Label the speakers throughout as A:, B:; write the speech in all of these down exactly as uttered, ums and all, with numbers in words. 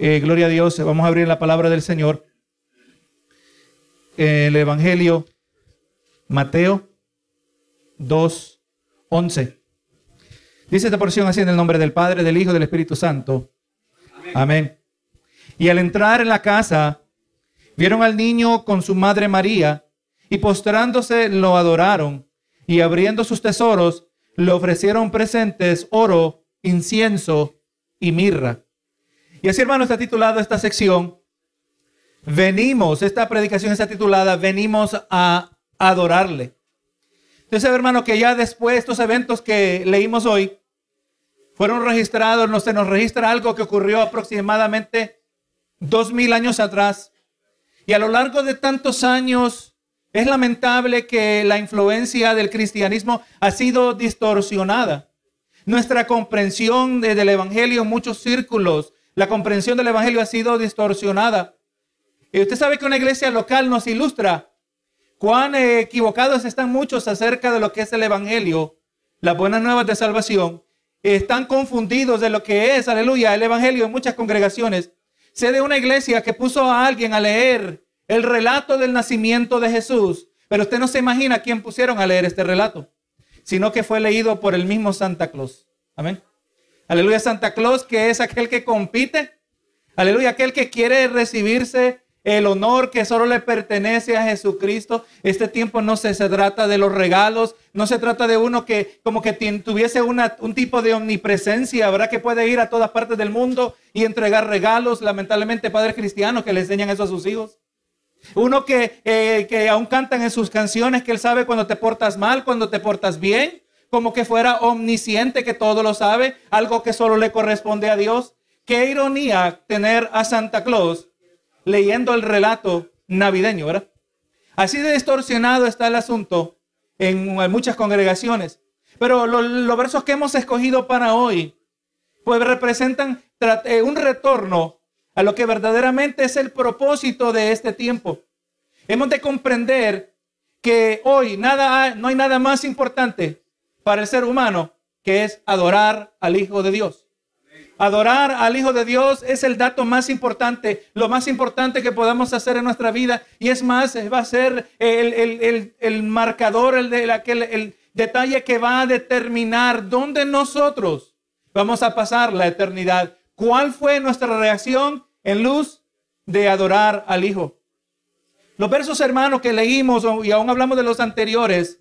A: Eh, gloria a Dios. Vamos a abrir la palabra del Señor. El Evangelio, Mateo dos, once. Dice esta porción así en el nombre del Padre, del Hijo y del Espíritu Santo. Amén. Amén. Y al entrar en la casa, vieron al niño con su madre María, y postrándose lo adoraron, y abriendo sus tesoros, le ofrecieron presentes, oro, incienso y mirra. Y así, hermano, está titulada esta sección. Venimos, esta predicación está titulada, venimos a adorarle. Entonces, hermano, que ya después de estos eventos que leímos hoy, fueron registrados, no se nos registra algo que ocurrió aproximadamente dos mil años atrás. Y a lo largo de tantos años, es lamentable que la influencia del cristianismo ha sido distorsionada. Nuestra comprensión de, del Evangelio en muchos círculos, la comprensión del Evangelio ha sido distorsionada. Y usted sabe que una iglesia local nos ilustra cuán eh, equivocados están muchos acerca de lo que es el Evangelio, las buenas nuevas de salvación. Están confundidos de lo que es, aleluya, el Evangelio en muchas congregaciones. Sé de una iglesia que puso a alguien a leer el relato del nacimiento de Jesús, pero usted no se imagina quién pusieron a leer este relato, sino que fue leído por el mismo Santa Claus. Amén. Aleluya, Santa Claus, que es aquel que compite. Aleluya, aquel que quiere recibirse el honor que solo le pertenece a Jesucristo. Este tiempo no se, se trata de los regalos, no se trata de uno que como que tuviese una, un tipo de omnipresencia, ¿verdad? Que puede ir a todas partes del mundo y entregar regalos. Lamentablemente, padres cristianos que le enseñan eso a sus hijos. Uno que, eh, que aún cantan en sus canciones que él sabe cuando te portas mal, cuando te portas bien, como que fuera omnisciente, que todo lo sabe, algo que solo le corresponde a Dios. Qué ironía tener a Santa Claus leyendo el relato navideño, ¿verdad? Así de distorsionado está el asunto en muchas congregaciones. Pero lo, los versos que hemos escogido para hoy, pues representan un retorno a lo que verdaderamente es el propósito de este tiempo. Hemos de comprender que hoy nada, no hay nada más importante para el ser humano que es adorar al Hijo de Dios. Adorar al Hijo de Dios es el dato más importante, lo más importante que podamos hacer en nuestra vida. Y es más, va a ser el, el, el, el marcador, el, de la, el, el detalle que va a determinar dónde nosotros vamos a pasar la eternidad. ¿Cuál fue nuestra reacción en luz de adorar al Hijo? Los versos, hermanos, que leímos, y aún hablamos de los anteriores,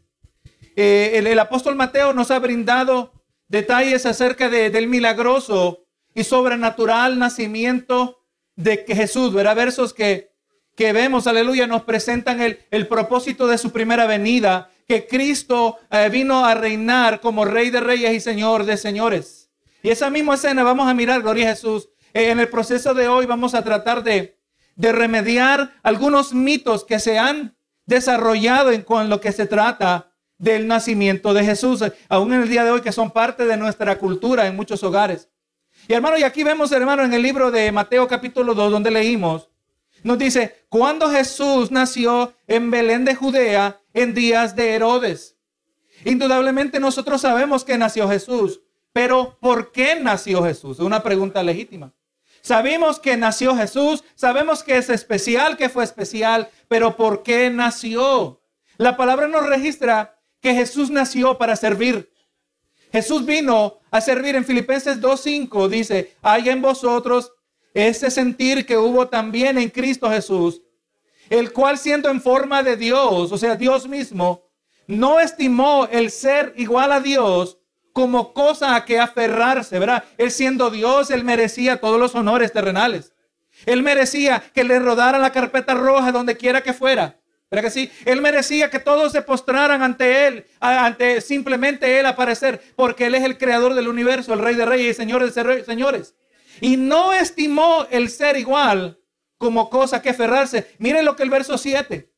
A: eh, el, el apóstol Mateo nos ha brindado detalles acerca de, del milagroso y sobrenatural nacimiento de Jesús, ¿verdad? Versos que, que vemos, aleluya, nos presentan el, el propósito de su primera venida, que Cristo eh, vino a reinar como Rey de Reyes y Señor de Señores. Y esa misma escena vamos a mirar, gloria a Jesús. Eh, en el proceso de hoy vamos a tratar de, de remediar algunos mitos que se han desarrollado en con lo que se trata del nacimiento de Jesús, aún en el día de hoy, que son parte de nuestra cultura en muchos hogares. Y hermano, y aquí vemos, hermano, en el libro de Mateo capítulo dos, donde leímos, nos dice, cuando Jesús nació en Belén de Judea en días de Herodes. Indudablemente nosotros sabemos que nació Jesús, pero ¿por qué nació Jesús? Es una pregunta legítima. Sabemos que nació Jesús, sabemos que es especial, que fue especial, pero ¿por qué nació? La palabra nos registra que Jesús nació para servir. Jesús vino a servir. En Filipenses dos cinco dice, hay en vosotros ese sentir que hubo también en Cristo Jesús, el cual siendo en forma de Dios, o sea, Dios mismo, no estimó el ser igual a Dios como cosa a que aferrarse, ¿verdad? Él siendo Dios, él merecía todos los honores terrenales. Él merecía que le rodara la carpeta roja donde quiera que fuera. ¿Verdad que sí? Él merecía que todos se postraran ante él, ante simplemente él aparecer, porque él es el creador del universo, el Rey de Reyes y Señores de Señores. Y no estimó el ser igual como cosa que aferrarse. Miren lo que el verso siete.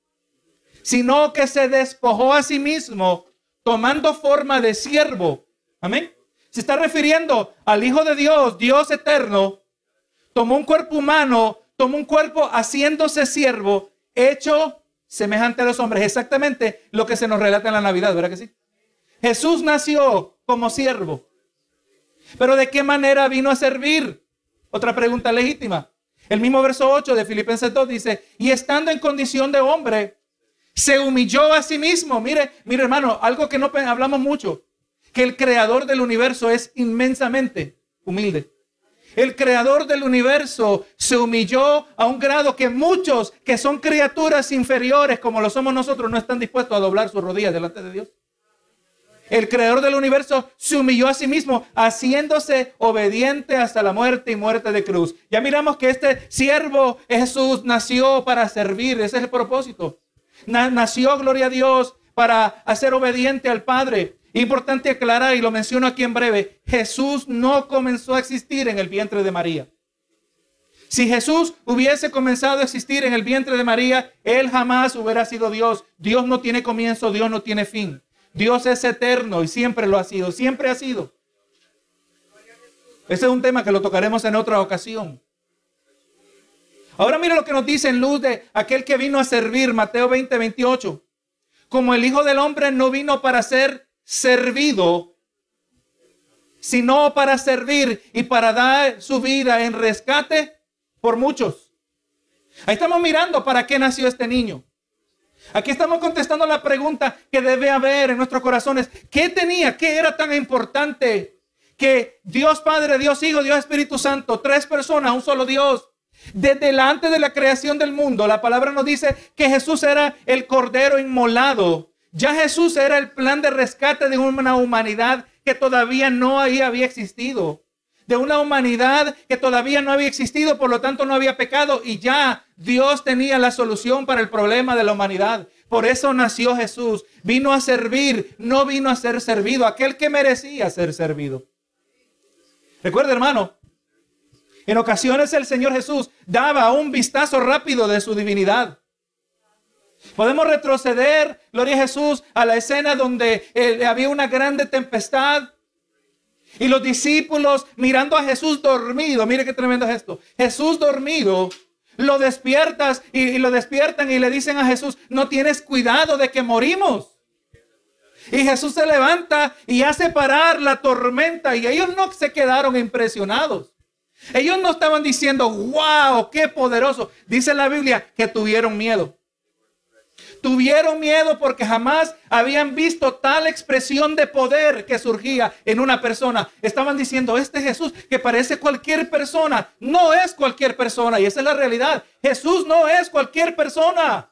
A: Sino que se despojó a sí mismo, tomando forma de siervo. Amén. Se está refiriendo al Hijo de Dios, Dios eterno. Tomó un cuerpo humano, tomó un cuerpo haciéndose siervo, hecho semejante a los hombres. Exactamente lo que se nos relata en la Navidad, ¿verdad que sí? Jesús nació como siervo. Pero ¿de qué manera vino a servir? Otra pregunta legítima. El mismo verso ocho de Filipenses dos dice, y estando en condición de hombre, se humilló a sí mismo. Mire, mire hermano, algo que no hablamos mucho, que el creador del universo es inmensamente humilde. El creador del universo se humilló a un grado que muchos que son criaturas inferiores como lo somos nosotros no están dispuestos a doblar sus rodillas delante de Dios. El creador del universo se humilló a sí mismo, haciéndose obediente hasta la muerte y muerte de cruz. Ya miramos que este siervo Jesús nació para servir. Ese es el propósito. Nació, gloria a Dios, para hacer obediente al Padre. Importante aclarar, y lo menciono aquí en breve, Jesús no comenzó a existir en el vientre de María. Si Jesús hubiese comenzado a existir en el vientre de María, Él jamás hubiera sido Dios. Dios no tiene comienzo, Dios no tiene fin. Dios es eterno y siempre lo ha sido, siempre ha sido. Ese es un tema que lo tocaremos en otra ocasión. Ahora mire lo que nos dice en luz de aquel que vino a servir, Mateo veinte, veintiocho. Como el Hijo del Hombre no vino para ser servido, sino para servir y para dar su vida en rescate por muchos. Ahí estamos mirando para qué nació este niño. Aquí estamos contestando la pregunta que debe haber en nuestros corazones. ¿Qué tenía? ¿Qué era tan importante que Dios Padre, Dios Hijo, Dios Espíritu Santo, tres personas, un solo Dios? Desde antes de la creación del mundo, la palabra nos dice que Jesús era el Cordero inmolado. Ya Jesús era el plan de rescate de una humanidad que todavía no había existido. De una humanidad que todavía no había existido, por lo tanto no había pecado. Y ya Dios tenía la solución para el problema de la humanidad. Por eso nació Jesús. Vino a servir, no vino a ser servido. Aquel que merecía ser servido. Recuerda, hermano, en ocasiones el Señor Jesús daba un vistazo rápido de su divinidad. Podemos retroceder, gloria a Jesús, a la escena donde eh, había una grande tempestad y los discípulos mirando a Jesús dormido. Mire qué tremendo es esto. Jesús dormido, lo despiertas y, y lo despiertan y le dicen a Jesús, no tienes cuidado de que morimos. Y Jesús se levanta y hace parar la tormenta y ellos no se quedaron impresionados. Ellos no estaban diciendo, wow, qué poderoso. Dice la Biblia que tuvieron miedo. Tuvieron miedo porque jamás habían visto tal expresión de poder que surgía en una persona. Estaban diciendo, este Jesús que parece cualquier persona, no es cualquier persona. Y esa es la realidad. Jesús no es cualquier persona.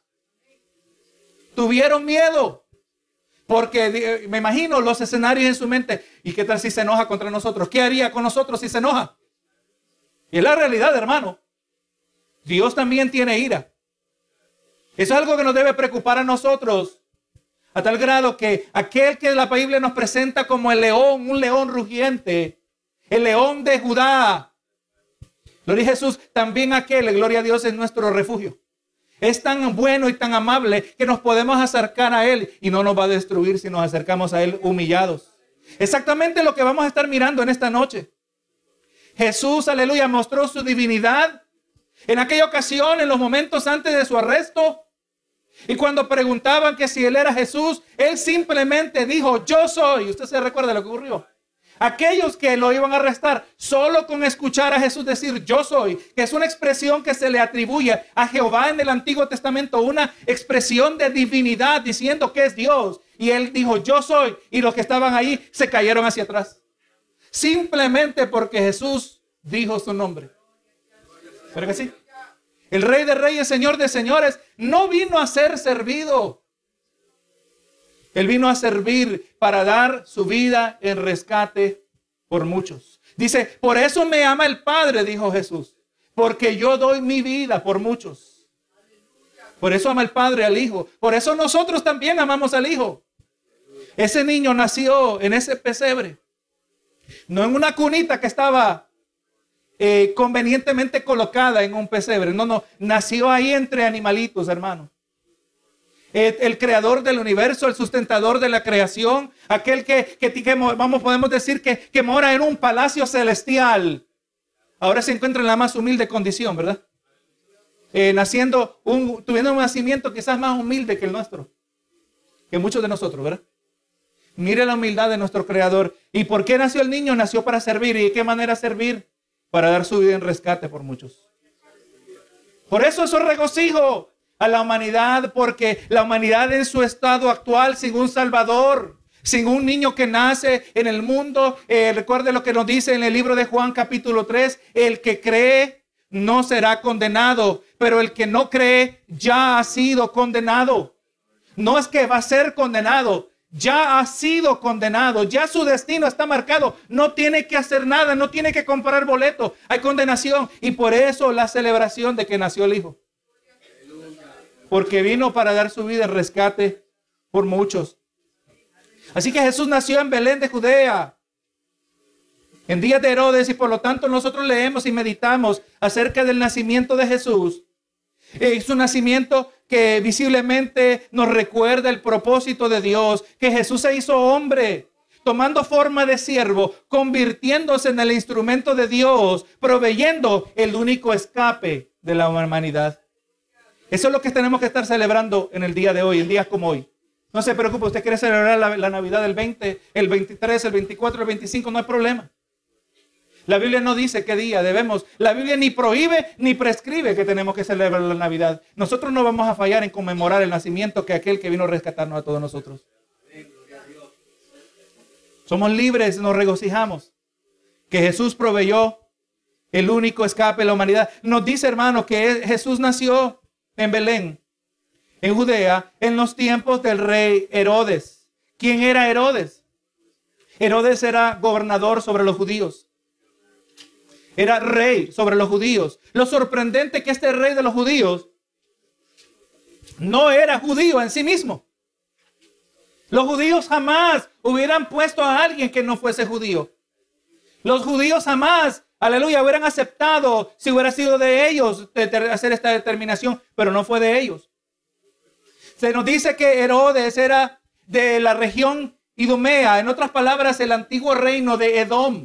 A: Tuvieron miedo. Porque me imagino los escenarios en su mente. ¿Y qué tal si se enoja contra nosotros? ¿Qué haría con nosotros si se enoja? Y es la realidad, hermano. Dios también tiene ira. Eso es algo que nos debe preocupar a nosotros, a tal grado que aquel que la Biblia nos presenta como el león, un león rugiente, el león de Judá, gloria a Jesús, también aquel, gloria a Dios, es nuestro refugio. Es tan bueno y tan amable que nos podemos acercar a Él y no nos va a destruir si nos acercamos a Él humillados. Exactamente lo que vamos a estar mirando en esta noche. Jesús, aleluya, mostró su divinidad en aquella ocasión, en los momentos antes de su arresto. Y cuando preguntaban que si Él era Jesús, Él simplemente dijo, yo soy. Usted se recuerda lo que ocurrió. Aquellos que lo iban a arrestar, solo con escuchar a Jesús decir, yo soy, que es una expresión que se le atribuye a Jehová en el Antiguo Testamento, una expresión de divinidad diciendo que es Dios. Y Él dijo, yo soy. Y los que estaban ahí se cayeron hacia atrás. Simplemente porque Jesús dijo su nombre. ¿Pero que sí? El Rey de Reyes, Señor de Señores, no vino a ser servido. Él vino a servir para dar su vida en rescate por muchos. Dice, por eso me ama el Padre, dijo Jesús, porque yo doy mi vida por muchos. Por eso ama el Padre al Hijo. Por eso nosotros también amamos al Hijo. Ese niño nació en ese pesebre. No en una cunita que estaba Eh, convenientemente colocada en un pesebre. No, no, nació ahí entre animalitos, hermano. El, el creador del universo, el sustentador de la creación, aquel que, que, que vamos, podemos decir que, que mora en un palacio celestial. Ahora se encuentra en la más humilde condición, ¿verdad? Eh, naciendo, un, tuviendo un nacimiento quizás más humilde que el nuestro, que muchos de nosotros, ¿verdad? Mire la humildad de nuestro creador. ¿Y por qué nació el niño? Nació para servir. ¿Y de qué manera servir? Para dar su vida en rescate por muchos. Por eso eso regocijo a la humanidad, porque la humanidad en su estado actual, sin un Salvador, sin un niño que nace en el mundo, eh, recuerde lo que nos dice en el libro de Juan capítulo tres, el que cree no será condenado, pero el que no cree ya ha sido condenado. No es que va a ser condenado, ya ha sido condenado, ya su destino está marcado, no tiene que hacer nada, no tiene que comprar boleto, hay condenación, y por eso la celebración de que nació el Hijo. Porque vino para dar su vida en rescate por muchos. Así que Jesús nació en Belén de Judea, en días de Herodes, y por lo tanto nosotros leemos y meditamos acerca del nacimiento de Jesús. Es un nacimiento que visiblemente nos recuerda el propósito de Dios, que Jesús se hizo hombre, tomando forma de siervo, convirtiéndose en el instrumento de Dios, proveyendo el único escape de la humanidad. Eso es lo que tenemos que estar celebrando en el día de hoy, en días como hoy. No se preocupe, usted quiere celebrar la, la Navidad el veinte, el veintitrés, el veinticuatro, el veinticinco, no hay problema. La Biblia no dice qué día debemos. La Biblia ni prohíbe ni prescribe que tenemos que celebrar la Navidad. Nosotros no vamos a fallar en conmemorar el nacimiento que aquel que vino a rescatarnos a todos nosotros. Somos libres, nos regocijamos que Jesús proveyó el único escape de la humanidad. Nos dice, hermano, que Jesús nació en Belén, en Judea, en los tiempos del rey Herodes. ¿Quién era Herodes? Herodes era gobernador sobre los judíos. Era rey sobre los judíos. Lo sorprendente es que este rey de los judíos no era judío en sí mismo. Los judíos jamás hubieran puesto a alguien que no fuese judío. Los judíos jamás, aleluya, hubieran aceptado si hubiera sido de ellos de hacer esta determinación, pero no fue de ellos. Se nos dice que Herodes era de la región Idumea, en otras palabras, el antiguo reino de Edom.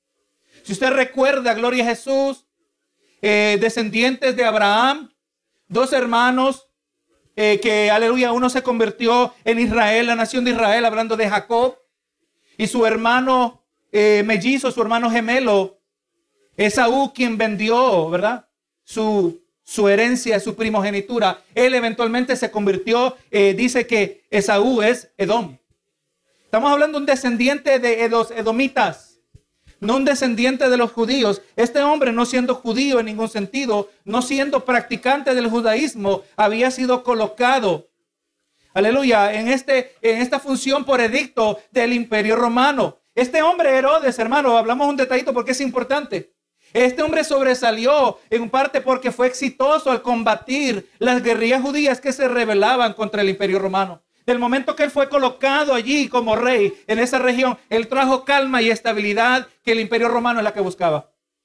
A: Si usted recuerda, gloria a Jesús, eh, descendientes de Abraham, dos hermanos eh, que, aleluya, uno se convirtió en Israel, la nación de Israel, hablando de Jacob, y su hermano eh, mellizo, su hermano gemelo, Esaú, quien vendió, ¿verdad? Su, su herencia, su primogenitura. Él eventualmente se convirtió, eh, dice que Esaú es Edom. Estamos hablando de un descendiente de los edomitas. No un descendiente de los judíos. Este hombre, no siendo judío en ningún sentido, no siendo practicante del judaísmo, había sido colocado, aleluya, en, este, en esta función por edicto del Imperio Romano. Este hombre Herodes, hermano, hablamos un detallito porque es importante. Este hombre sobresalió en parte porque fue exitoso al combatir las guerrillas judías que se rebelaban contra el Imperio Romano. Del momento que él fue colocado allí como rey en esa región, él trajo calma y estabilidad que el Imperio Romano es la que buscaba.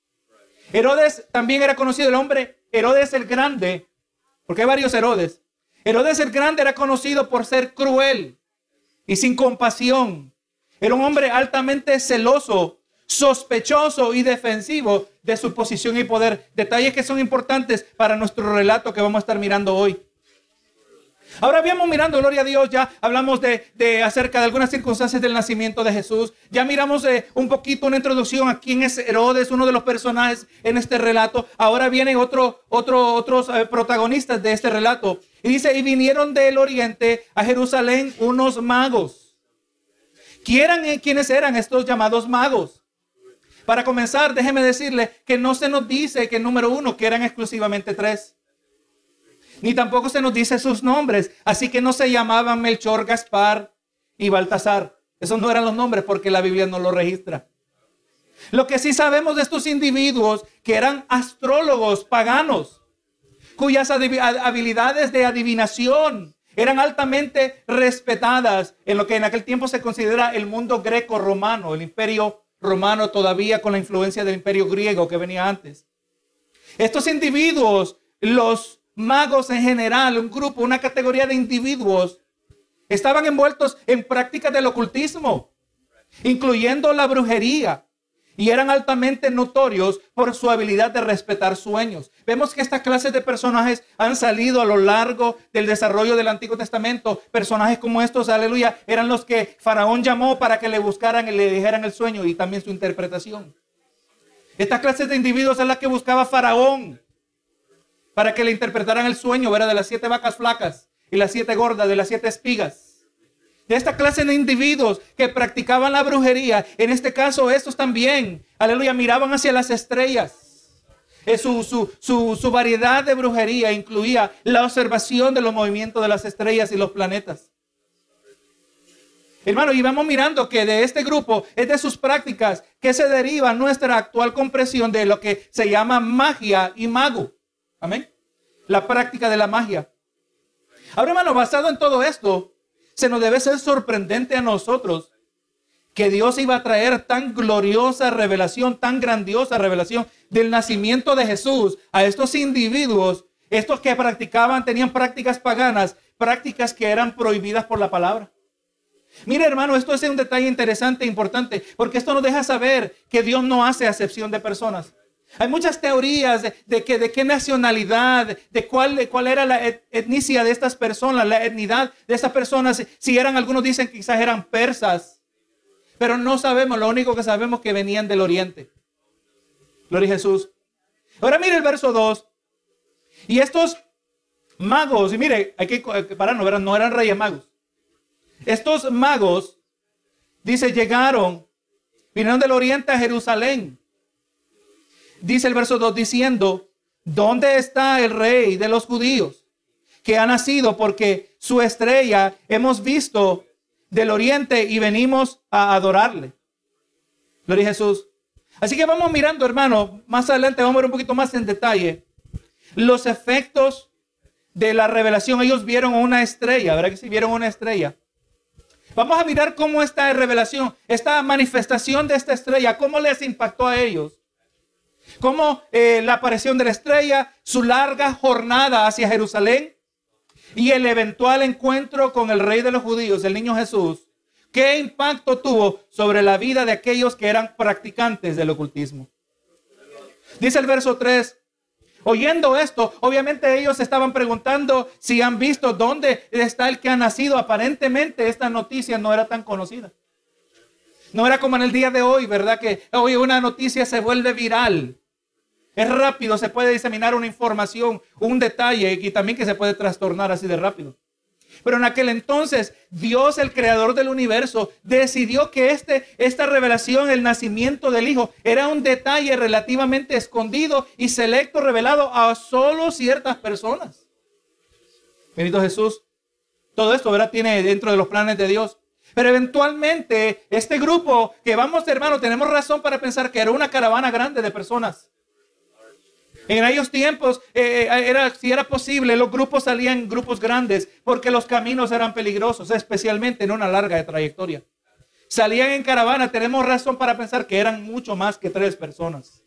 A: Herodes también era conocido, el hombre Herodes el Grande, porque hay varios Herodes. Herodes el Grande era conocido por ser cruel y sin compasión. Era un hombre altamente celoso, sospechoso y defensivo de su posición y poder. Detalles que son importantes para nuestro relato que vamos a estar mirando hoy. Ahora habíamos mirando, gloria a Dios, ya hablamos de, de acerca de algunas circunstancias del nacimiento de Jesús. Ya miramos eh, un poquito una introducción a quién es Herodes, uno de los personajes en este relato. Ahora vienen otro, otro, otros eh, protagonistas de este relato. Y dice, y vinieron del oriente a Jerusalén unos magos. ¿Quién, ¿Quiénes eran estos llamados magos? Para comenzar, déjeme decirle que no se nos dice que número uno, que eran exclusivamente tres. Ni tampoco se nos dice sus nombres. Así que no se llamaban Melchor, Gaspar y Baltasar. Esos no eran los nombres porque la Biblia no lo registra. Lo que sí sabemos de estos individuos, que eran astrólogos paganos, cuyas habilidades de adivinación eran altamente respetadas en lo que en aquel tiempo se considera el mundo greco-romano, el imperio romano todavía con la influencia del imperio griego que venía antes. Estos individuos, los magos en general, un grupo, una categoría de individuos, estaban envueltos en prácticas del ocultismo, incluyendo la brujería, y eran altamente notorios por su habilidad de respetar sueños. Vemos que estas clases de personajes han salido a lo largo del desarrollo del Antiguo Testamento. Personajes como estos, aleluya, eran los que Faraón llamó para que le buscaran y le dijeran el sueño y también su interpretación. Estas clases de individuos es la que buscaba Faraón para que le interpretaran el sueño, ¿verdad? De las siete vacas flacas y las siete gordas, de las siete espigas. De esta clase de individuos que practicaban la brujería, en este caso estos también, aleluya, miraban hacia las estrellas. Eh, su, su, su, su variedad de brujería incluía la observación de los movimientos de las estrellas y los planetas. Hermano, y vamos mirando que de este grupo es de sus prácticas que se deriva nuestra actual comprensión de lo que se llama magia y mago. Amén. La práctica de la magia. Ahora, hermano, basado en todo esto, se nos debe ser sorprendente a nosotros que Dios iba a traer tan gloriosa revelación, tan grandiosa revelación del nacimiento de Jesús a estos individuos, estos que practicaban, tenían prácticas paganas, prácticas que eran prohibidas por la palabra. Mire, hermano, esto es un detalle interesante e importante, porque esto nos deja saber que Dios no hace acepción de personas. Hay muchas teorías de, de, que, de qué nacionalidad, de cuál, de cuál era la et, etnicidad de estas personas, la etnidad de estas personas. Si eran, algunos dicen que quizás eran persas, pero no sabemos. Lo único que sabemos es que venían del oriente. Gloria a Jesús. Ahora mire el verso dos. Y estos magos, y mire, hay que pararnos, ¿verdad? No eran reyes magos. Estos magos, dice, llegaron, vinieron del oriente a Jerusalén. Dice el verso dos diciendo, ¿dónde está el rey de los judíos que ha nacido? Porque su estrella hemos visto del oriente y venimos a adorarle. Gloria a Jesús. Así que vamos mirando, hermano, más adelante vamos a ver un poquito más en detalle los efectos de la revelación. Ellos vieron una estrella, ¿verdad que sí? Vieron una estrella. Vamos a mirar cómo esta revelación, esta manifestación de esta estrella, cómo les impactó a ellos. Cómo eh, la aparición de la estrella, su larga jornada hacia Jerusalén y el eventual encuentro con el rey de los judíos, el niño Jesús, qué impacto tuvo sobre la vida de aquellos que eran practicantes del ocultismo. Dice el verso tres, oyendo esto, obviamente ellos estaban preguntando si han visto dónde está el que ha nacido. Aparentemente esta noticia no era tan conocida. No era como en el día de hoy, ¿verdad? Que hoy una noticia se vuelve viral. Es rápido, se puede diseminar una información, un detalle, y también que se puede trastornar así de rápido. Pero en aquel entonces, Dios, el creador del universo, decidió que este, esta revelación, el nacimiento del Hijo, era un detalle relativamente escondido y selecto, revelado a solo ciertas personas. Bendito Jesús. Todo esto, ¿verdad? Tiene dentro de los planes de Dios. Pero eventualmente, este grupo que vamos, hermano, tenemos razón para pensar que era una caravana grande de personas. En aquellos tiempos, eh, era, si era posible, los grupos salían en grupos grandes porque los caminos eran peligrosos, especialmente en una larga trayectoria. Salían en caravana, tenemos razón para pensar que eran mucho más que tres personas.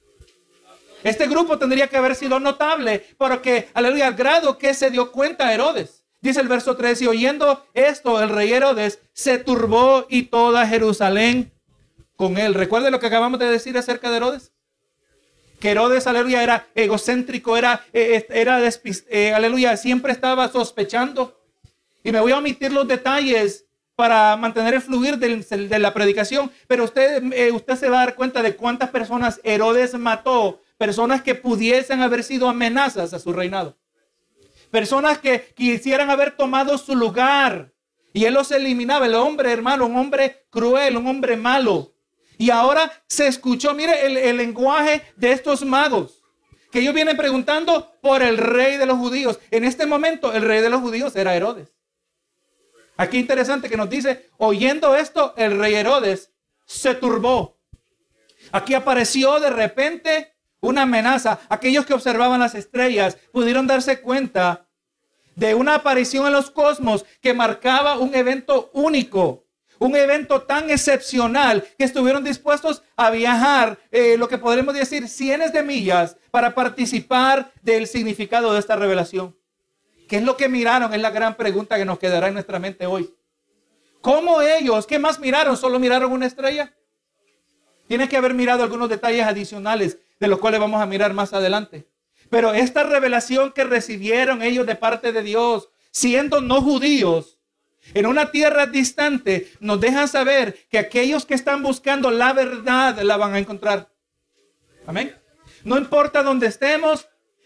A: Este grupo tendría que haber sido notable porque, aleluya, al grado que se dio cuenta Herodes. Dice el verso tres, y oyendo esto, el rey Herodes se turbó y toda Jerusalén con él. ¿Recuerda lo que acabamos de decir acerca de Herodes? Que Herodes, aleluya, era egocéntrico, era, eh, era despist- eh, aleluya, siempre estaba sospechando. Y me voy a omitir los detalles para mantener el fluir del, de la predicación. Pero usted, eh, usted se va a dar cuenta de cuántas personas Herodes mató. Personas que pudiesen haber sido amenazas a su reinado. Personas que quisieran haber tomado su lugar. Y él los eliminaba. El hombre, hermano, un hombre cruel, un hombre malo. Y ahora se escuchó, mire el, el lenguaje de estos magos, que ellos vienen preguntando por el rey de los judíos. En este momento el rey de los judíos era Herodes. Aquí interesante que nos dice, oyendo esto, el rey Herodes se turbó. Aquí apareció de repente una amenaza. Aquellos que observaban las estrellas pudieron darse cuenta de una aparición en los cosmos que marcaba un evento único. Un evento tan excepcional que estuvieron dispuestos a viajar, eh, lo que podremos decir, cientos de millas para participar del significado de esta revelación. ¿Qué es lo que miraron? Es la gran pregunta que nos quedará en nuestra mente hoy. ¿Cómo ellos? ¿Qué más miraron? ¿Solo miraron una estrella? Tiene que haber mirado algunos detalles adicionales de los cuales vamos a mirar más adelante. Pero esta revelación que recibieron ellos de parte de Dios, siendo no judíos, en una tierra distante, nos dejan saber que aquellos que están buscando la verdad la van a encontrar. Amén. No importa dónde estemos,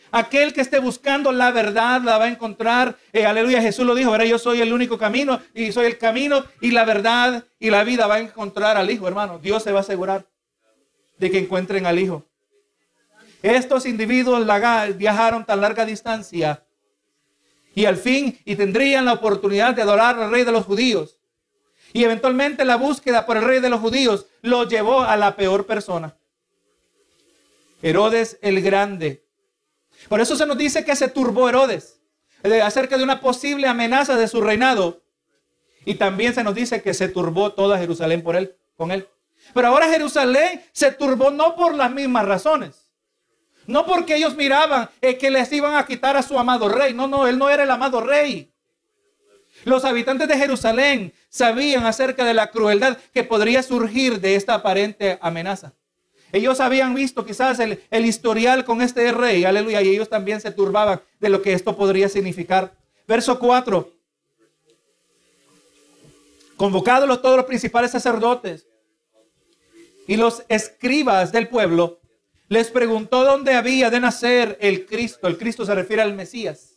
A: Aquel que esté buscando la verdad la va a encontrar. Eh, aleluya, Jesús lo dijo, ¿verdad? Yo soy el único camino y soy el camino y la verdad y la vida. Va a encontrar al Hijo, hermano. Dios se va a asegurar de que encuentren al Hijo. Estos individuos viajaron tan larga distancia y al fin y tendrían la oportunidad de adorar al Rey de los judíos. Y eventualmente la búsqueda por el Rey de los judíos los llevó a la peor persona. Herodes el Grande. Por eso se nos dice que se turbó Herodes acerca de una posible amenaza de su reinado. Y también se nos dice que se turbó toda Jerusalén por él, con él. Pero ahora Jerusalén se turbó no por las mismas razones. No porque ellos miraban eh, que les iban a quitar a su amado rey. No, no, él no era el amado rey. Los habitantes de Jerusalén sabían acerca de la crueldad que podría surgir de esta aparente amenaza. Ellos habían visto quizás el, el historial con este rey, aleluya, y ellos también se turbaban de lo que esto podría significar. Verso cuatro. Convocados los, todos los principales sacerdotes y los escribas del pueblo, les preguntó dónde había de nacer el Cristo. El Cristo se refiere al Mesías.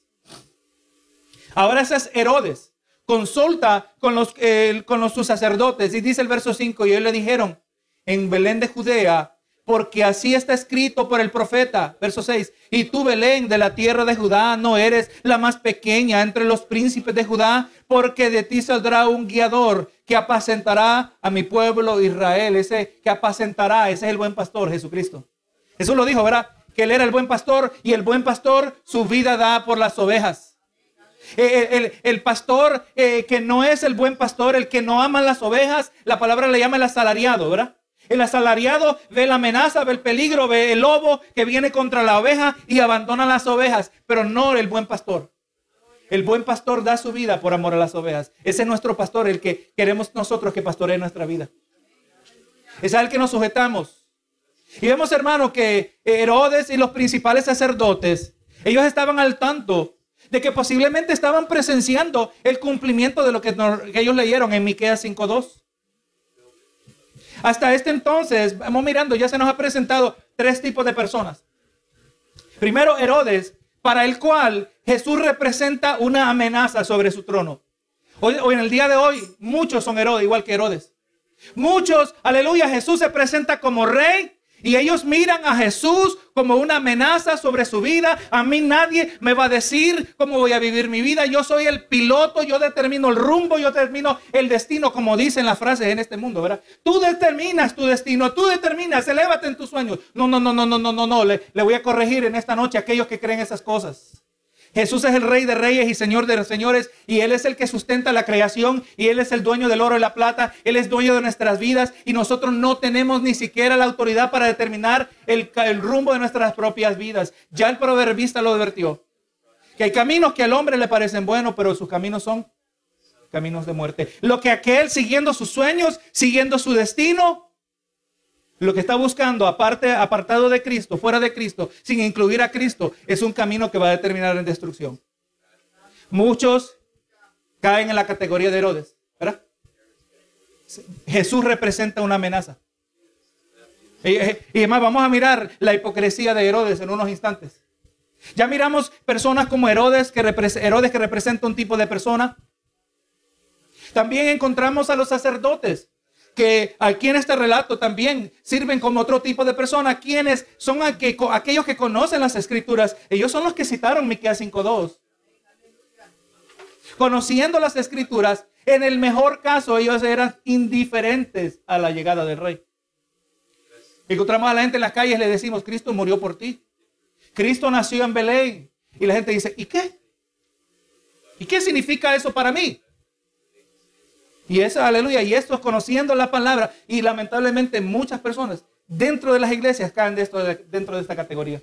A: Ahora ese es Herodes. Consulta con los, eh, con los sus sacerdotes y dice el verso cinco, y ellos le dijeron, en Belén de Judea, porque así está escrito por el profeta. Verso seis, y tú, Belén, de la tierra de Judá, no eres la más pequeña entre los príncipes de Judá, porque de ti saldrá un guiador que apacentará a mi pueblo Israel. Ese que apacentará, ese es el buen pastor, Jesucristo. Jesús lo dijo, ¿verdad? Que él era el buen pastor y el buen pastor su vida da por las ovejas. El, el, el pastor eh, que no es el buen pastor, el que no ama las ovejas, la palabra le llama el asalariado, ¿verdad? El asalariado ve la amenaza, ve el peligro, ve el lobo que viene contra la oveja y abandona las ovejas, pero no el buen pastor. El buen pastor da su vida por amor a las ovejas. Ese es nuestro pastor, el que queremos nosotros que pastoree nuestra vida. Es al que nos sujetamos. Y vemos, hermano, que Herodes y los principales sacerdotes, ellos estaban al tanto de que posiblemente estaban presenciando el cumplimiento de lo que, nos, que ellos leyeron en Miqueas cinco dos. Hasta este entonces, vamos mirando, ya se nos ha presentado tres tipos de personas. Primero, Herodes, para el cual Jesús representa una amenaza sobre su trono. Hoy, hoy en el día de hoy, muchos son Herodes, igual que Herodes. Muchos, aleluya, Jesús se presenta como rey. Y ellos miran a Jesús como una amenaza sobre su vida. A mí nadie me va a decir cómo voy a vivir mi vida. Yo soy el piloto, yo determino el rumbo, yo determino el destino, como dicen las frases en este mundo, ¿verdad? Tú determinas tu destino, tú determinas, elévate en tus sueños. No, no, no, no, no, no, no, no. Le, le voy a corregir en esta noche a aquellos que creen esas cosas. Jesús es el Rey de Reyes y Señor de los Señores, y Él es el que sustenta la creación, y Él es el dueño del oro y la plata. Él es dueño de nuestras vidas, y nosotros no tenemos ni siquiera la autoridad para determinar el, el rumbo de nuestras propias vidas. Ya el proverbista lo advirtió, que hay caminos que al hombre le parecen buenos, pero sus caminos son caminos de muerte. Lo que aquel, siguiendo sus sueños, siguiendo su destino, lo que está buscando, aparte, apartado de Cristo, fuera de Cristo, sin incluir a Cristo, es un camino que va a determinar en destrucción. Muchos caen en la categoría de Herodes, ¿verdad? Jesús representa una amenaza. Y, y además vamos a mirar la hipocresía de Herodes en unos instantes. Ya miramos personas como Herodes, que repre- Herodes que representa un tipo de persona. También encontramos a los sacerdotes, que aquí en este relato también sirven como otro tipo de personas, quienes son aqu- aquellos que conocen las escrituras. Ellos son los que citaron Miqueas cinco dos. Conociendo las escrituras, en el mejor caso ellos eran indiferentes a la llegada del rey. Encontramos a la gente en las calles y le decimos, Cristo murió por ti. Cristo nació en Belén. Y la gente dice, ¿y qué? ¿Y qué significa eso para mí? Y eso, aleluya, y esto es conociendo la palabra. Y lamentablemente muchas personas dentro de las iglesias caen de esto, dentro de esta categoría.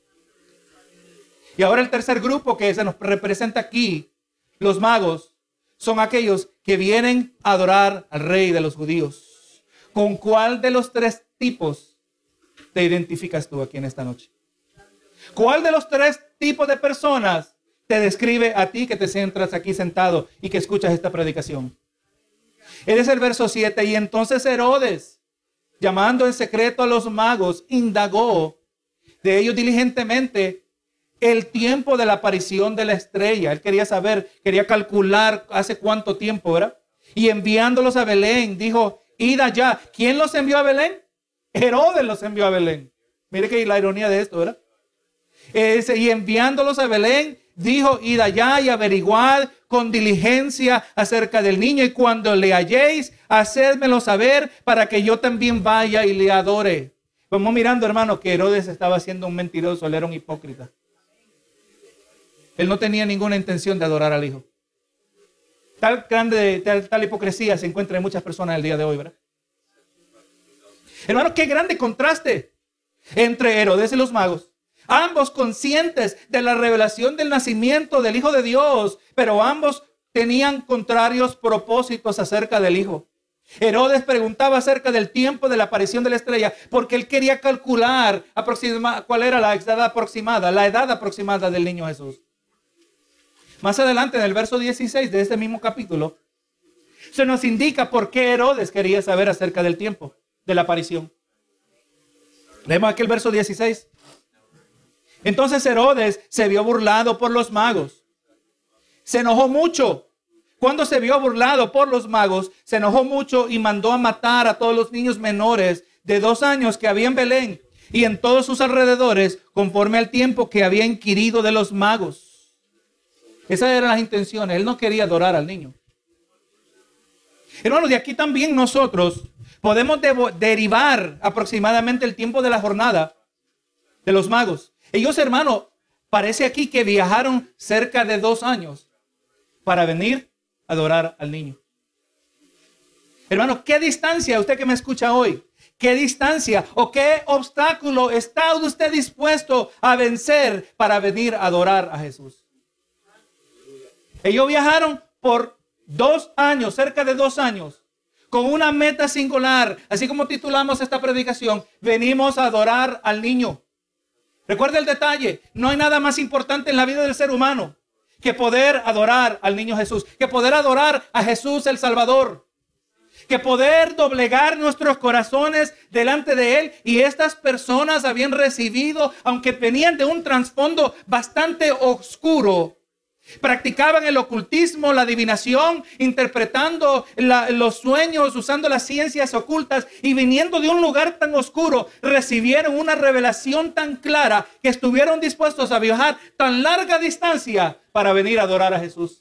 A: Y ahora el tercer grupo que se nos representa aquí, los magos, son aquellos que vienen a adorar al rey de los judíos. ¿Con cuál de los tres tipos te identificas tú aquí en esta noche? ¿Cuál de los tres tipos de personas te describe a ti que te sientas aquí sentado y que escuchas esta predicación? Eres el verso siete. Y entonces Herodes, llamando en secreto a los magos, indagó de ellos diligentemente el tiempo de la aparición de la estrella. Él quería saber, quería calcular hace cuánto tiempo, ¿verdad? Y enviándolos a Belén, dijo, id allá. ¿Quién los envió a Belén? Herodes los envió a Belén. Mire que la ironía de esto, ¿verdad? Ese, y enviándolos a Belén, dijo, id allá y averiguad con diligencia acerca del niño, y cuando le halléis, hacedmelo saber para que yo también vaya y le adore. Vamos mirando, hermano, que Herodes estaba siendo un mentiroso, él era un hipócrita. Él no tenía ninguna intención de adorar al hijo. Tal grande, tal, tal hipocresía se encuentra en muchas personas el día de hoy, ¿verdad? Hermano, qué grande contraste entre Herodes y los magos. Ambos conscientes de la revelación del nacimiento del Hijo de Dios, pero ambos tenían contrarios propósitos acerca del Hijo. Herodes preguntaba acerca del tiempo de la aparición de la estrella porque él quería calcular aproxima, cuál era la edad aproximada, la edad aproximada del niño Jesús. Más adelante, en el verso dieciséis de este mismo capítulo, se nos indica por qué Herodes quería saber acerca del tiempo de la aparición. Leemos aquí el verso dieciséis. Entonces Herodes se vio burlado por los magos. Se enojó mucho. Cuando se vio burlado por los magos, se enojó mucho y mandó a matar a todos los niños menores de dos años que había en Belén y en todos sus alrededores, conforme al tiempo que había inquirido de los magos. Esas eran las intenciones. Él no quería adorar al niño. Hermanos, de aquí también nosotros podemos de- derivar aproximadamente el tiempo de la jornada de los magos. Ellos, hermano, parece aquí que viajaron cerca de dos años para venir a adorar al niño. Hermano, ¿qué distancia, usted que me escucha hoy, qué distancia o qué obstáculo está usted dispuesto a vencer para venir a adorar a Jesús? Ellos viajaron por dos años, cerca de dos años, con una meta singular. Así como titulamos esta predicación, venimos a adorar al niño. Recuerda el detalle, no hay nada más importante en la vida del ser humano que poder adorar al niño Jesús, que poder adorar a Jesús el Salvador, que poder doblegar nuestros corazones delante de Él. Y estas personas habían recibido, aunque venían de un trasfondo bastante oscuro, practicaban el ocultismo, la adivinación, interpretando la, los sueños, usando las ciencias ocultas, y viniendo de un lugar tan oscuro, recibieron una revelación tan clara que estuvieron dispuestos a viajar tan larga distancia para venir a adorar a Jesús.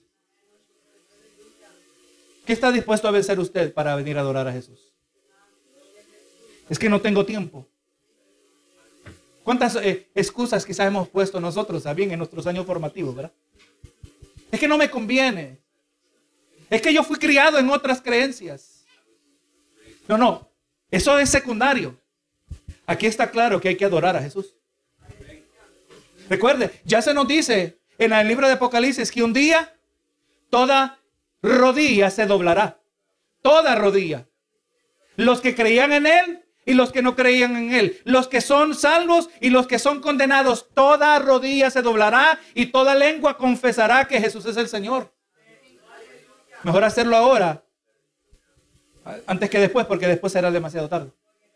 A: ¿Qué está dispuesto a vencer usted para venir a adorar a Jesús? Es que no tengo tiempo. ¿Cuántas eh, excusas quizás hemos puesto nosotros también en nuestros años formativos, verdad? Es que no me conviene. Es que yo fui criado en otras creencias. No, no. Eso es secundario. Aquí está claro que hay que adorar a Jesús. Recuerde, ya se nos dice en el libro de Apocalipsis que un día toda rodilla se doblará. Toda rodilla. Los que creían en Él y los que no creían en Él. Los que son salvos y los que son condenados. Toda rodilla se doblará y toda lengua confesará que Jesús es el Señor. Mejor hacerlo ahora antes que después, porque después será demasiado tarde.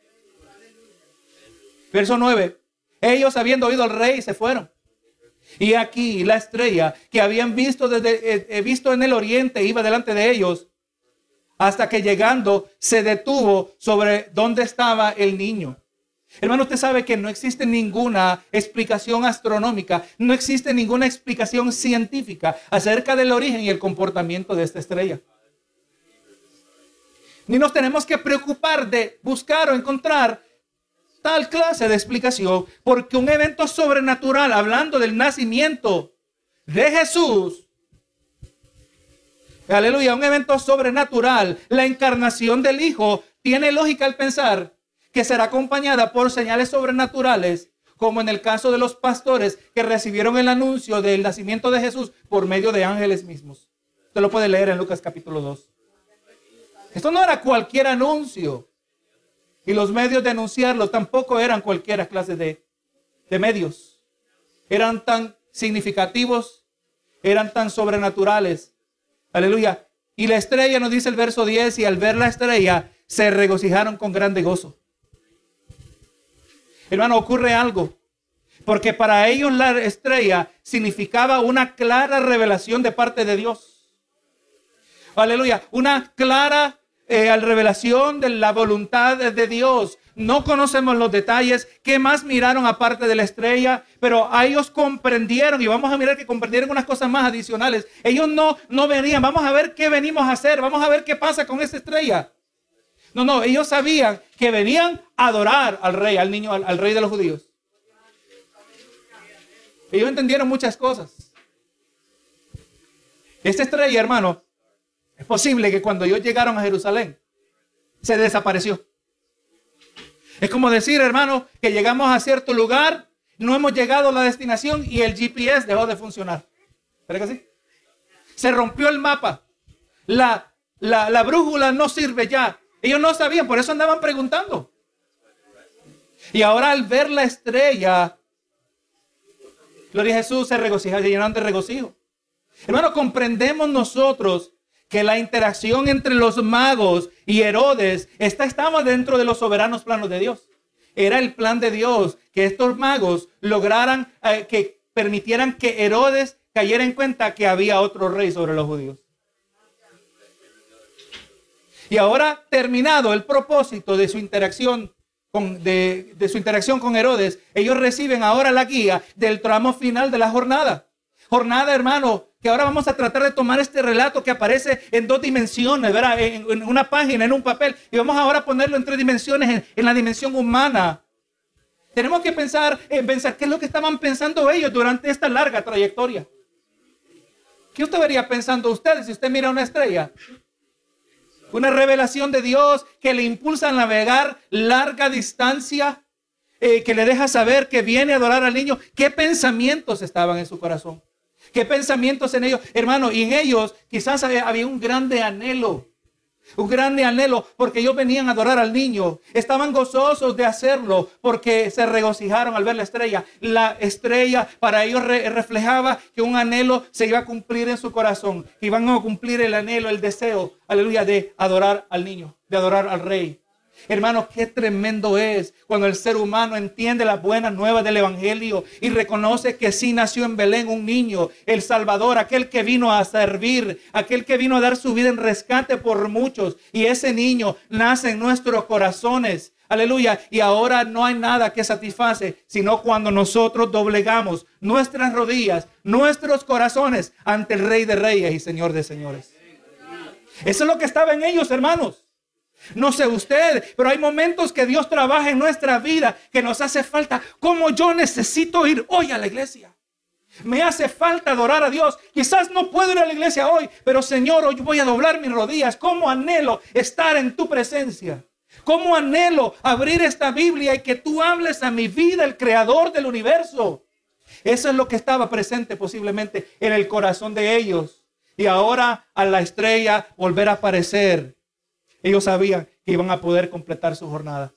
A: Verso nueve. Ellos, habiendo oído al rey, se fueron. Y aquí la estrella que habían visto, desde, eh, visto en el oriente iba delante de ellos, hasta que llegando se detuvo sobre donde estaba el niño. Hermano, usted sabe que no existe ninguna explicación astronómica, no existe ninguna explicación científica acerca del origen y el comportamiento de esta estrella. Ni nos tenemos que preocupar de buscar o encontrar tal clase de explicación, porque un evento sobrenatural, hablando del nacimiento de Jesús, aleluya, un evento sobrenatural, la encarnación del Hijo, tiene lógica al pensar que será acompañada por señales sobrenaturales, como en el caso de los pastores que recibieron el anuncio del nacimiento de Jesús por medio de ángeles mismos. Usted lo puede leer en Lucas capítulo dos. Esto no era cualquier anuncio. Y los medios de anunciarlo tampoco eran cualquier clase de, de medios. Eran tan significativos, eran tan sobrenaturales. Aleluya. Y la estrella, nos dice el verso diez, y al ver la estrella se regocijaron con grande gozo. Hermano, ocurre algo. Porque para ellos la estrella significaba una clara revelación de parte de Dios. Aleluya. Una clara eh, revelación de la voluntad de Dios. No conocemos los detalles. ¿Qué más miraron aparte de la estrella? Pero a ellos comprendieron, y vamos a mirar que comprendieron unas cosas más adicionales. Ellos no, no venían, vamos a ver qué venimos a hacer, vamos a ver qué pasa con esa estrella. No, no, ellos sabían que venían a adorar al rey, al niño, al, al rey de los judíos. Ellos entendieron muchas cosas. Esta estrella, hermano, es posible que cuando ellos llegaron a Jerusalén, se desapareció. Es como decir, hermano, que llegamos a cierto lugar, no hemos llegado a la destinación y el G P S dejó de funcionar. ¿Verdad que sí? Se rompió el mapa. La, la, la brújula no sirve ya. Ellos no sabían, por eso andaban preguntando. Y ahora al ver la estrella, gloria a Jesús, se regocijaron, se llenaron de regocijo. Hermano, comprendemos nosotros que la interacción entre los magos y Herodes está, estaba dentro de los soberanos planos de Dios. Era el plan de Dios que estos magos lograran, eh, que permitieran que Herodes cayera en cuenta que había otro rey sobre los judíos. Y ahora, terminado el propósito de su interacción con, de, de su interacción con Herodes, ellos reciben ahora la guía del tramo final de la jornada. Jornada, hermano, que ahora vamos a tratar de tomar este relato que aparece en dos dimensiones, ¿verdad? En, en una página, en un papel, y vamos ahora a ponerlo en tres dimensiones, en, en la dimensión humana. Tenemos que pensar, en pensar qué es lo que estaban pensando ellos durante esta larga trayectoria. ¿Qué usted vería pensando usted si usted mira una estrella? Una revelación de Dios que le impulsa a navegar larga distancia, eh, que le deja saber que viene a adorar al niño. ¿Qué pensamientos estaban en su corazón? ¿Qué pensamientos en ellos? Hermano, y en ellos quizás había un grande anhelo. Un grande anhelo porque ellos venían a adorar al niño. Estaban gozosos de hacerlo porque se regocijaron al ver la estrella. La estrella para ellos re- reflejaba que un anhelo se iba a cumplir en su corazón. Iban a cumplir el anhelo, el deseo, aleluya, de adorar al niño, de adorar al rey. Hermanos, qué tremendo es cuando el ser humano entiende las buenas nuevas del evangelio y reconoce que sí nació en Belén un niño, el Salvador, aquel que vino a servir, aquel que vino a dar su vida en rescate por muchos. Y ese niño nace en nuestros corazones. Aleluya. Y ahora no hay nada que satisface, sino cuando nosotros doblegamos nuestras rodillas, nuestros corazones ante el Rey de Reyes y Señor de Señores. Eso es lo que estaba en ellos, hermanos. No sé usted, pero hay momentos que Dios trabaja en nuestra vida que nos hace falta. Como yo necesito ir hoy a la iglesia. Me hace falta adorar a Dios. Quizás no puedo ir a la iglesia hoy, pero Señor, hoy voy a doblar mis rodillas. Cómo anhelo estar en tu presencia. Cómo anhelo abrir esta Biblia y que tú hables a mi vida, el creador del universo. Eso es lo que estaba presente posiblemente en el corazón de ellos. Y ahora a la estrella volver a aparecer. Ellos sabían que iban a poder completar su jornada.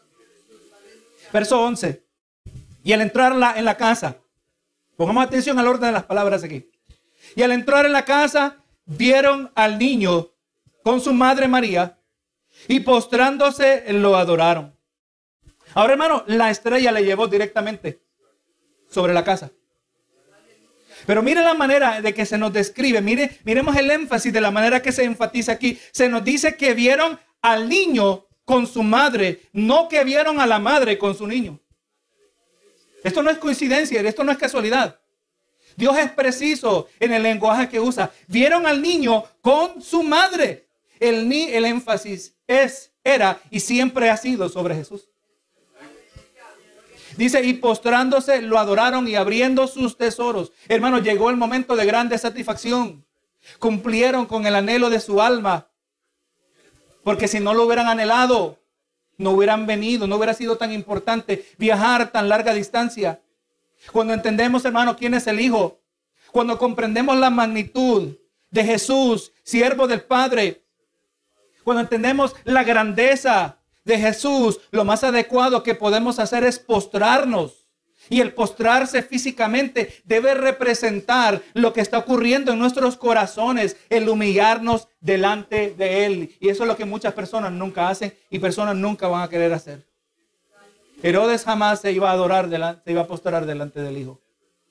A: Verso once. Y al entrar en la, en la casa, pongamos atención al orden de las palabras aquí. Y al entrar en la casa, vieron al niño con su madre María y postrándose lo adoraron. Ahora, hermano, la estrella le llevó directamente sobre la casa. Pero mire la manera de que se nos describe. Mire, miremos el énfasis de la manera que se enfatiza aquí. Se nos dice que vieron al niño con su madre, no que vieron a la madre con su niño. Esto no es coincidencia, esto no es casualidad. Dios es preciso en el lenguaje que usa. Vieron al niño con su madre. El, ni, el énfasis es, era y siempre ha sido sobre Jesús. Dice, y postrándose lo adoraron y abriendo sus tesoros. Hermanos, llegó el momento de grande satisfacción. Cumplieron con el anhelo de su alma. Porque si no lo hubieran anhelado, no hubieran venido, no hubiera sido tan importante viajar tan larga distancia. Cuando entendemos, hermano, quién es el Hijo, cuando comprendemos la magnitud de Jesús, siervo del Padre, cuando entendemos la grandeza de Jesús, lo más adecuado que podemos hacer es postrarnos. Y el postrarse físicamente debe representar lo que está ocurriendo en nuestros corazones, el humillarnos delante de Él. Y eso es lo que muchas personas nunca hacen y personas nunca van a querer hacer. Herodes jamás se iba a adorar, delante, se iba a postular delante del Hijo.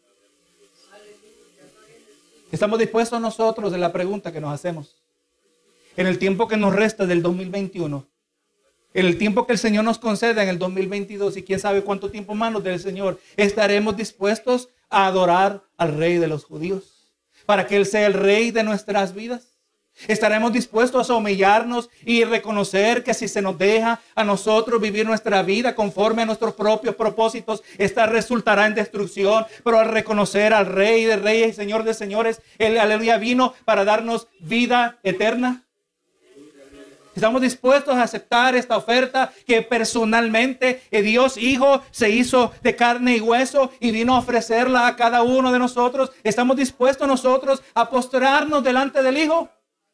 A: ¿Estamos dispuestos nosotros de la pregunta que nos hacemos? En el tiempo que nos resta del dos mil veintiuno, en el tiempo que el Señor nos conceda en el dos mil veintidós y quién sabe cuánto tiempo más nos dé el Señor, ¿estaremos dispuestos a adorar al Rey de los judíos para que Él sea el Rey de nuestras vidas? ¿Estaremos dispuestos a humillarnos y reconocer que si se nos deja a nosotros vivir nuestra vida conforme a nuestros propios propósitos, esta resultará en destrucción? Pero al reconocer al Rey de Reyes y Señor de Señores, Él, aleluya, vino para darnos vida eterna. ¿Estamos dispuestos a aceptar esta oferta que personalmente Dios Hijo se hizo de carne y hueso y vino a ofrecerla a cada uno de nosotros? ¿Estamos dispuestos nosotros a postrarnos delante del Hijo?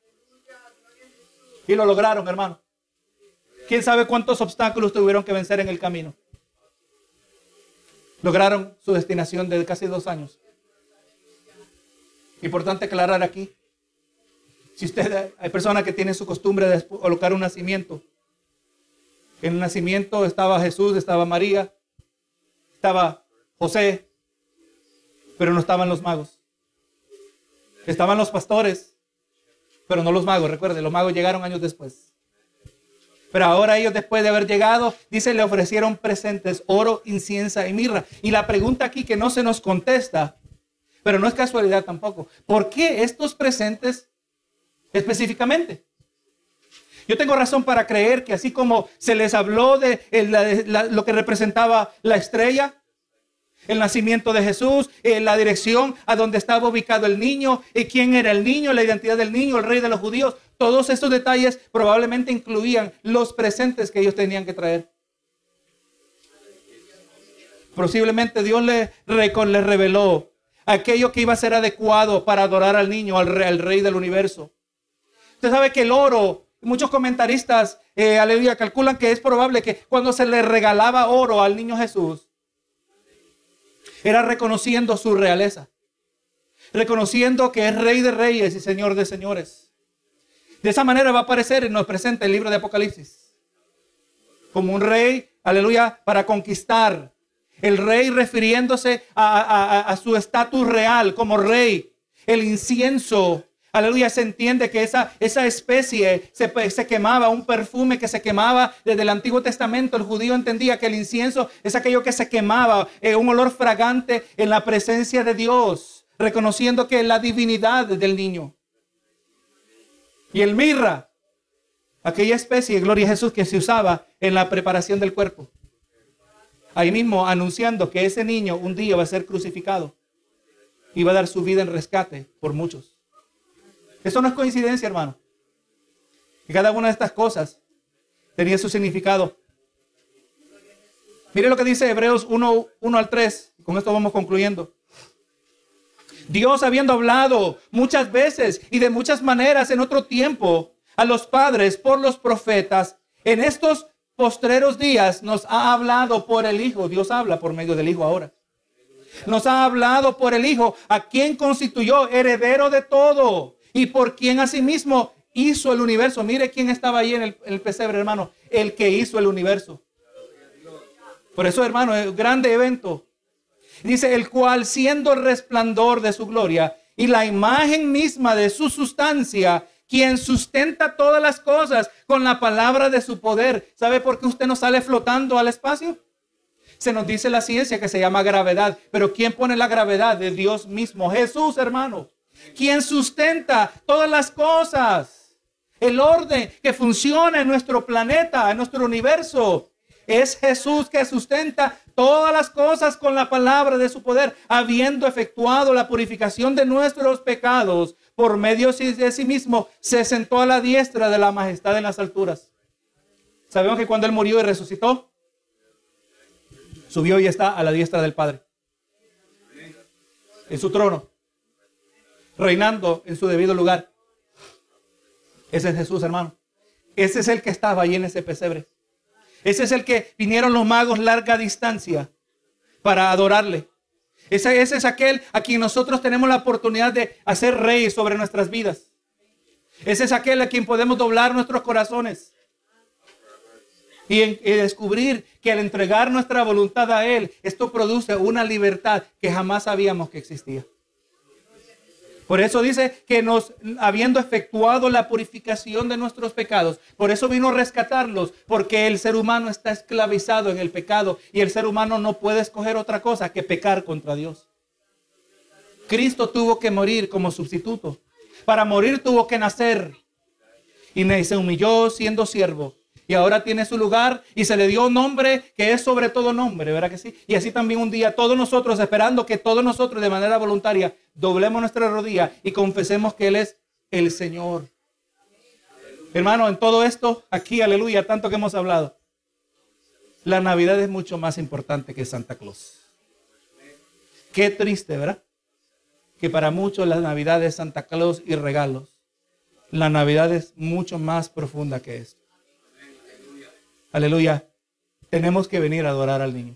A: Y lo lograron, hermano. ¿Quién sabe cuántos obstáculos tuvieron que vencer en el camino? Lograron su destinación de casi dos años. Importante aclarar aquí. Si usted, hay personas que tienen su costumbre de colocar un nacimiento. En el nacimiento estaba Jesús, estaba María, estaba José, pero no estaban los magos. Estaban los pastores, pero no los magos. Recuerde, los magos llegaron años después. Pero ahora ellos, después de haber llegado, dice, le ofrecieron presentes, oro, incienso y mirra. Y la pregunta aquí que no se nos contesta, pero no es casualidad tampoco, ¿por qué estos presentes específicamente? Yo tengo razón para creer que así como se les habló de, la, de la, lo que representaba la estrella, el nacimiento de Jesús, eh, la dirección a donde estaba ubicado el niño, y quién era el niño, la identidad del niño, el rey de los judíos, todos estos detalles probablemente incluían los presentes que ellos tenían que traer. Posiblemente Dios le, le reveló aquello que iba a ser adecuado para adorar al niño, al rey, al rey del universo. Usted sabe que el oro, muchos comentaristas, eh, aleluya, calculan que es probable que cuando se le regalaba oro al niño Jesús, era reconociendo su realeza, reconociendo que es Rey de Reyes y Señor de Señores. De esa manera va a aparecer y nos presenta el libro de Apocalipsis como un rey, aleluya, para conquistar. El rey refiriéndose a, a, a su estatus real como rey. El incienso, aleluya, se entiende que esa, esa especie se, se quemaba, un perfume que se quemaba desde el Antiguo Testamento. El judío entendía que el incienso es aquello que se quemaba, eh, un olor fragante en la presencia de Dios, reconociendo que es la divinidad del niño. Y el mirra, aquella especie, gloria a Jesús, que se usaba en la preparación del cuerpo. Ahí mismo anunciando que ese niño un día va a ser crucificado y va a dar su vida en rescate por muchos. Eso no es coincidencia, hermano. Y cada una de estas cosas tenía su significado. Mire lo que dice Hebreos uno, uno al tres. Con esto vamos concluyendo. Dios, habiendo hablado muchas veces y de muchas maneras en otro tiempo a los padres por los profetas, en estos postreros días nos ha hablado por el Hijo. Dios habla por medio del Hijo ahora. Nos ha hablado por el Hijo, a quien constituyó heredero de todo y por quien asimismo hizo el universo. Mire quién estaba ahí en el, en el pesebre, hermano. El que hizo el universo. Por eso, hermano, es un grande evento. Dice, el cual siendo el resplandor de su gloria y la imagen misma de su sustancia, quien sustenta todas las cosas con la palabra de su poder. ¿Sabe por qué usted no sale flotando al espacio? Se nos dice la ciencia que se llama gravedad. Pero ¿quién pone la gravedad? De Dios mismo. Jesús, hermano. Quien sustenta todas las cosas. El orden que funciona en nuestro planeta, en nuestro universo. Es Jesús que sustenta todas las cosas con la palabra de su poder, habiendo efectuado la purificación de nuestros pecados por medio de sí mismo, se sentó a la diestra de la majestad en las alturas. Sabemos que cuando Él murió y resucitó, subió y está a la diestra del Padre, en su trono, reinando en su debido lugar. Ese es Jesús, hermano. Ese es el que estaba ahí en ese pesebre. Ese es el que vinieron los magos larga distancia para adorarle. Ese, ese es aquel a quien nosotros tenemos la oportunidad de hacer rey sobre nuestras vidas. Ese es aquel a quien podemos doblar nuestros corazones. Y, en, y descubrir que al entregar nuestra voluntad a Él, esto produce una libertad que jamás sabíamos que existía. Por eso dice que nos, habiendo efectuado la purificación de nuestros pecados, por eso vino a rescatarlos, porque el ser humano está esclavizado en el pecado y el ser humano no puede escoger otra cosa que pecar contra Dios. Cristo tuvo que morir como sustituto. Para morir tuvo que nacer y se humilló siendo siervo. Y ahora tiene su lugar y se le dio un nombre que es sobre todo nombre, ¿verdad que sí? Y así también un día todos nosotros, esperando que todos nosotros de manera voluntaria doblemos nuestra rodilla y confesemos que Él es el Señor. Hermano, en todo esto, aquí, aleluya, tanto que hemos hablado, la Navidad es mucho más importante que Santa Claus. Qué triste, ¿verdad? Que para muchos la Navidad es Santa Claus y regalos. La Navidad es mucho más profunda que eso. Aleluya. Tenemos que venir a adorar al niño.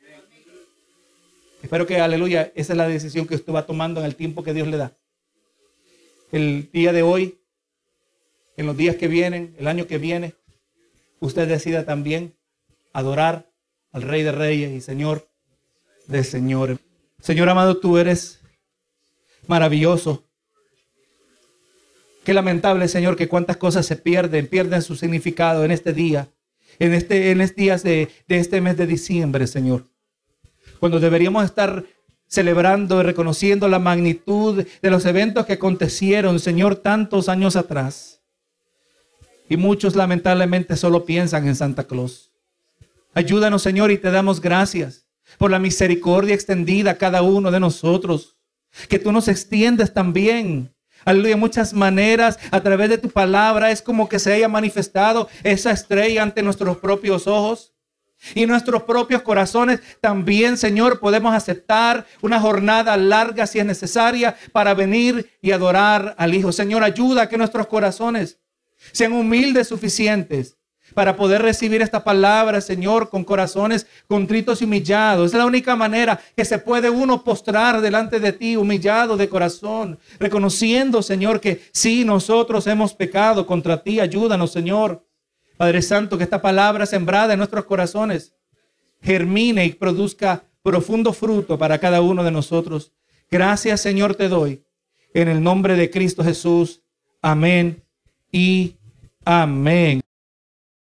A: Espero que, aleluya, esa es la decisión que usted va tomando en el tiempo que Dios le da. El día de hoy, en los días que vienen, el año que viene, usted decida también adorar al Rey de Reyes y Señor de Señores. Señor amado, tú eres maravilloso. Qué lamentable, Señor, que cuántas cosas se pierden, pierden su significado en este día. En este, en este días de, de este mes de diciembre, Señor. Cuando deberíamos estar celebrando y reconociendo la magnitud de los eventos que acontecieron, Señor, tantos años atrás. Y muchos lamentablemente solo piensan en Santa Claus. Ayúdanos, Señor, y te damos gracias por la misericordia extendida a cada uno de nosotros. Que tú nos extiendes también. Aleluya, muchas maneras a través de tu palabra es como que se haya manifestado esa estrella ante nuestros propios ojos y nuestros propios corazones. También, Señor, podemos aceptar una jornada larga si es necesaria para venir y adorar al Hijo. Señor, ayuda a que nuestros corazones sean humildes suficientes para poder recibir esta palabra, Señor, con corazones contritos y humillados. Es la única manera que se puede uno postrar delante de ti, humillado de corazón, reconociendo, Señor, que sí, nosotros hemos pecado contra ti. Ayúdanos, Señor. Padre Santo, que esta palabra sembrada en nuestros corazones germine y produzca profundo fruto para cada uno de nosotros. Gracias, Señor, te doy. En el nombre de Cristo Jesús. Amén y amén.